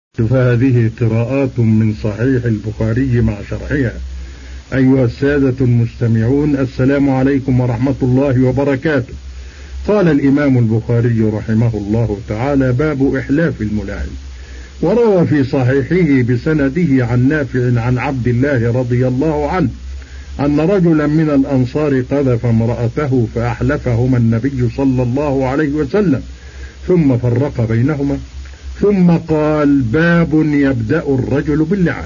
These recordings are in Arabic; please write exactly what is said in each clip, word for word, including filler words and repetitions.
فهذه قراءات من صحيح البخاري مع شرحها. أيها السادة المستمعون، السلام عليكم ورحمة الله وبركاته. قال الإمام البخاري رحمه الله تعالى: باب إحلاف الملاعن. وروى في صحيحه بسنده عن نافع عن عبد الله رضي الله عنه أن رجلا من الأنصار قذف امرأته فأحلفهما النبي صلى الله عليه وسلم ثم فرق بينهما، ثم قال: باب يبدأ الرجل باللعان.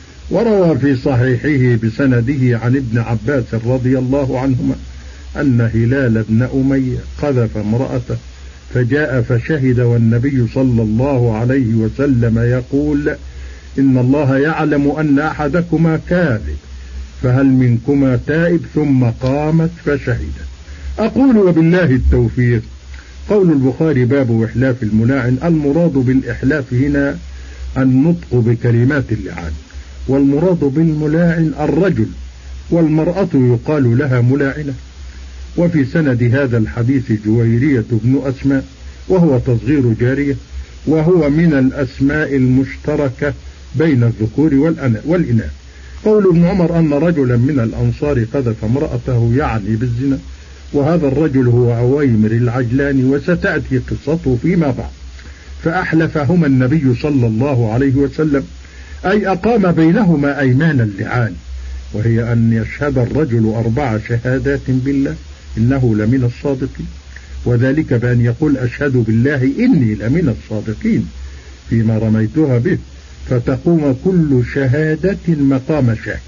وروى في صحيحه بسنده عن ابن عباس رضي الله عنهما أن هلال بن أمية قذف امرأته فجاء فشهد والنبي صلى الله عليه وسلم يقول: إن الله يعلم أن أحدكما كاذب فهل منكما تائب؟ ثم قامت فشهدت. أقول وبالله التوفيق. قول البخاري: باب إحلاف الملاعن. المراد بالإحلاف هنا النطق بكلمات اللعان، والمراد بالملاعن الرجل، والمرأة يقال لها ملاعنة. وفي سند هذا الحديث جويرية بن أسماء وهو تصغير جارية، وهو من الأسماء المشتركة بين الذكور والإناث. قول ابن عمر أن رجلا من الأنصار قذف امرأته يعني بالزنا، وهذا الرجل هو عويمر العجلاني، وستأتي قصته فيما بعد. فأحلفهما النبي صلى الله عليه وسلم، أي أقام بينهما أيمان اللعان، وهي أن يشهد الرجل أربع شهادات بالله إنه لمن الصادقين، وذلك بأن يقول: أشهد بالله إني لمن الصادقين فيما رميتها به، فتقوم كل شهادة مقام شاهد،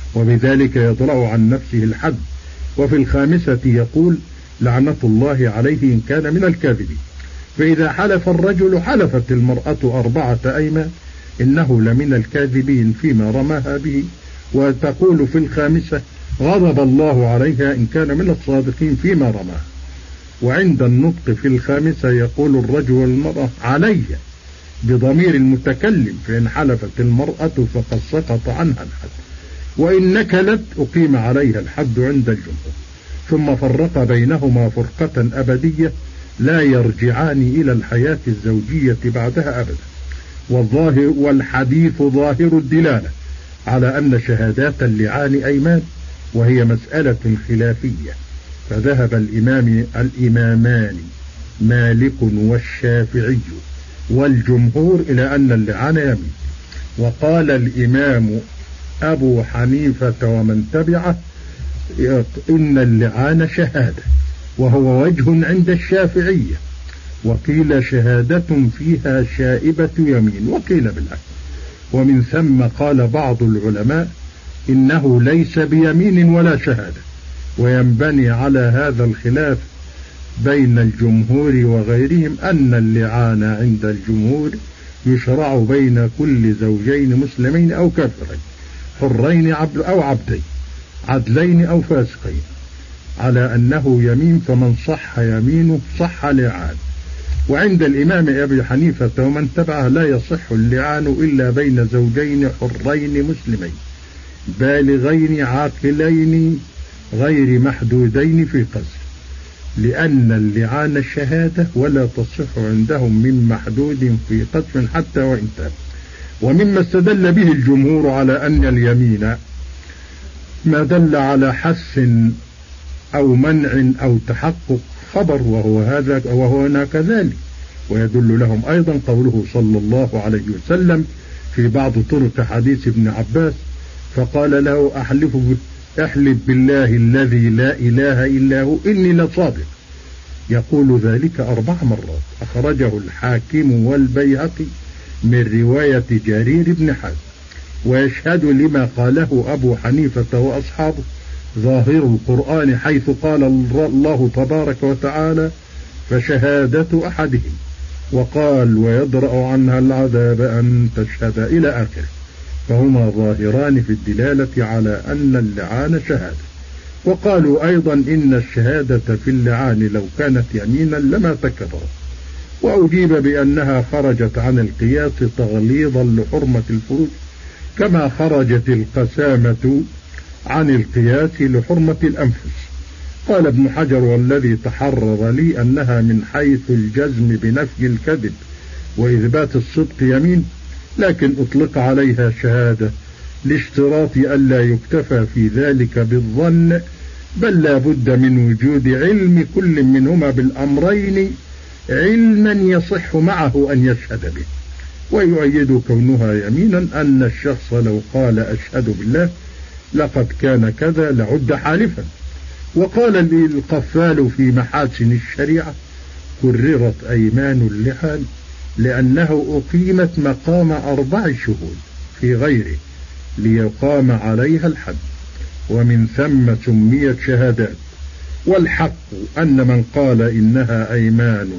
وبذلك يطلع عن نفسه الحد. وفي الخامسة يقول: لعنة الله عليه إن كان من الكاذبين. فإذا حلف الرجل حلفت المرأة أربعة أيمان إنه لمن الكاذبين فيما رماها به، وتقول في الخامسة: غضب الله عليها إن كان من الصادقين فيما رماها. وعند النطق في الخامسة يقول الرجل والمرأة علي بضمير المتكلم، فإن حلفت المرأة فقد سقط عنها الحد، وإن نكلت أقيم عليها الحد عند الجمهور. ثم فرق بينهما فرقة أبدية لا يرجعان إلى الحياة الزوجية بعدها أبدا. والظاهر والحديث ظاهر الدلالة على أن شهادات اللعان أيمان، وهي مسألة خلافية. فذهب الإمام الإمامان مالك والشافعي والجمهور إلى أن اللعان يمين. وقال الإمام أبو حنيفة ومن تبعه إن اللعان شهادة، وهو وجه عند الشافعية. وقيل شهادة فيها شائبة يمين، وقيل بالعكس. ومن ثم قال بعض العلماء إنه ليس بيمين ولا شهادة. وينبني على هذا الخلاف بين الجمهور وغيرهم أن اللعان عند الجمهور يشرع بين كل زوجين مسلمين أو كافرين، حرين أو عبدين، عدلين أو فاسقين، على أنه يمين، فمن صح يمينه صح لعان. وعند الإمام أبي حنيفة ومن تبعه لا يصح اللعان إلا بين زوجين حرين مسلمين بالغين عاقلين غير محدودين في قذف، لأن اللعان شهادة ولا تصح عندهم من محدود في قذف حتى وإن تاب. ومما استدل به الجمهور على أن اليمين ما دل على حث أو منع أو تحقق خبر، وهو هذا وهو هنا كذلك. ويدل لهم أيضا قوله صلى الله عليه وسلم في بعض طرق حديث ابن عباس: فقال له: أحلف احلف بالله الذي لا إله إلا هو إني لصادق. يقول ذلك أربع مرات. أخرجه الحاكم والبيهقي من رواية جرير بن حازم. ويشهد لما قاله أبو حنيفة وأصحابه ظاهر القرآن، حيث قال الله تبارك وتعالى: فشهادة أحدهم، وقال: ويدرأ عنها العذاب أن تشهد، إلى آخره. فهما ظاهران في الدلالة على أن اللعان شهادة. وقالوا أيضا إن الشهادة في اللعان لو كانت يمينا لما تكرر. وأجيب بأنها خرجت عن القياس تغليظا لحرمة الفروج، كما خرجت القسامة عن القياس لحرمة الأنفس. قال ابن حجر: والذي تحرر لي أنها من حيث الجزم بنفي الكذب وإثبات الصدق يمين، لكن أطلق عليها شهادة لاشتراط ألا يكتفى في ذلك بالظن، بل لا بد من وجود علم كل منهما بالأمرين علما يصح معه أن يشهد به. ويؤيد كونها يمينا أن الشخص لو قال أشهد بالله لقد كان كذا لعد حالفا. وقال القفال في محاسن الشريعة: كررت أيمان اللحان لأنه أقيمت مقام أربع شهود في غيره ليقام عليها الحد، ومن ثم سميت شهادات. والحق أن من قال إنها أيمان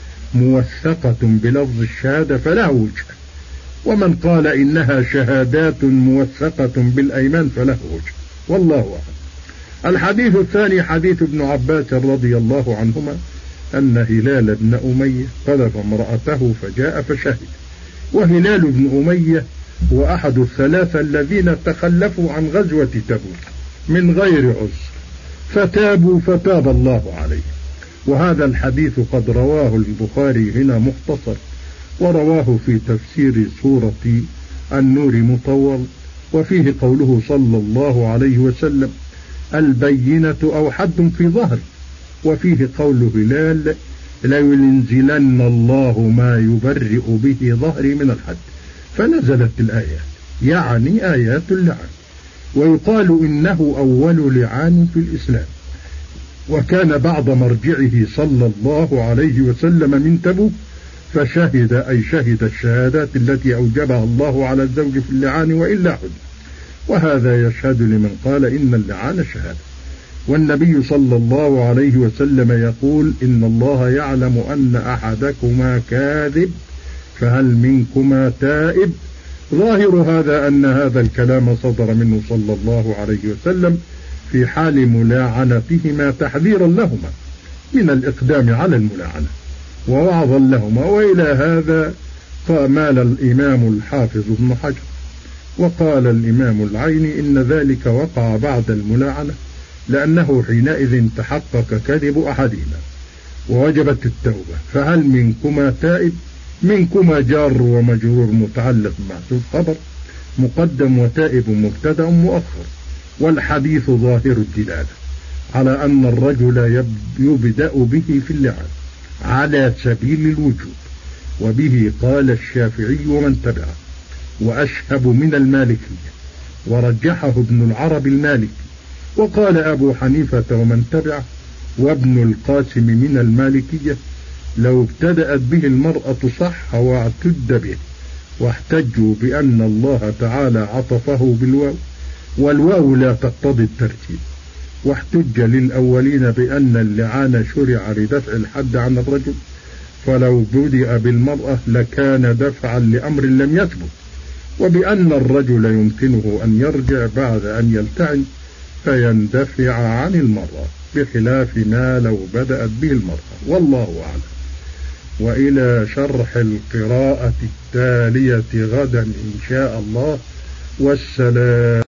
موثقة بلفظ الشهادة فلا وجه، ومن قال إنها شهادات موثقة بالأيمان فله وجه، والله أعلم. الحديث الثاني حديث ابن عباس رضي الله عنهما أن هلال بن أمية قذف امرأته فجاء فشهد. وهلال بن أمية هو أحد الثلاثة الذين تخلفوا عن غزوة تبوك من غير عذر فتابوا فتاب الله عليه. وهذا الحديث قد رواه البخاري هنا مختصر، ورواه في تفسير سورة النور مطول، وفيه قوله صلى الله عليه وسلم: البينة أو حد في ظهر. وفيه قول هلال: لينزلن الله ما يبرئ به ظهري من الحد. فنزلت الآيات، يعني آيات اللعان. ويقال إنه أول لعان في الإسلام، وكان بعد مرجعه صلى الله عليه وسلم من تبوك فشهد، أي شهد الشهادات التي أوجبها الله على الزوج في اللعان وإلا حد. وهذا يشهد لمن قال إن اللعان شهادة. والنبي صلى الله عليه وسلم يقول: إن الله يعلم أن أحدكما كاذب فهل منكما تائب. ظاهر هذا أن هذا الكلام صدر منه صلى الله عليه وسلم في حال ملاعنتهما تحذيرا لهما من الإقدام على الملاعنة ووعظا لهما. وإلى هذا مال الإمام الحافظ ابن حجر، وقال الإمام العيني إن ذلك وقع بعد الملاعنة لأنه حينئذ تحقق كذب أحدهما ووجبت التوبة. فهل منكما تائب؟ منكما جار ومجرور متعلق محذوف خبر مقدم، وتائب مبتدأ مؤخر. والحديث ظاهر الدلالة على أن الرجل يبدأ به في اللعان على سبيل الوجوب، وبه قال الشافعي ومن تبعه، وأشهب من المالكية، ورجحه ابن العرب المالكي. وقال أبو حنيفة ومن تبعه وابن القاسم من المالكية: لو ابتدأت به المرأة صح واعتد به، واحتجوا بأن الله تعالى عطفه بالواو، والواو لا تقتضي الترتيب. واحتج للأولين بأن اللعان شرع لدفع الحد عن الرجل، فلو بدأ بالمرأة لكان دفعا لأمر لم يثبت، وبأن الرجل يمكنه أن يرجع بعد أن يلتعن فيندفع عن المرأة، بخلاف ما لو بدأت به المرأة، والله أعلم. وإلى شرح القراءة التالية غدا إن شاء الله، والسلام.